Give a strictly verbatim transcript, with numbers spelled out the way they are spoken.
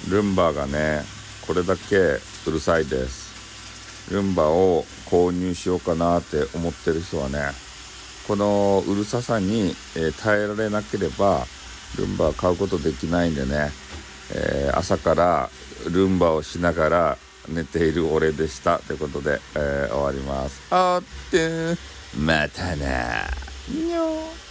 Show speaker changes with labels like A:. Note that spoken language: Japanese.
A: ルンバがねこれだけうるさいです。ルンバを購入しようかなって思ってる人はね、このうるささに、えー、耐えられなければルンバを買うことできないんでね、えー、朝からルンバをしながら寝ている俺でしたということで、えー、終わります。あってまたなにょー。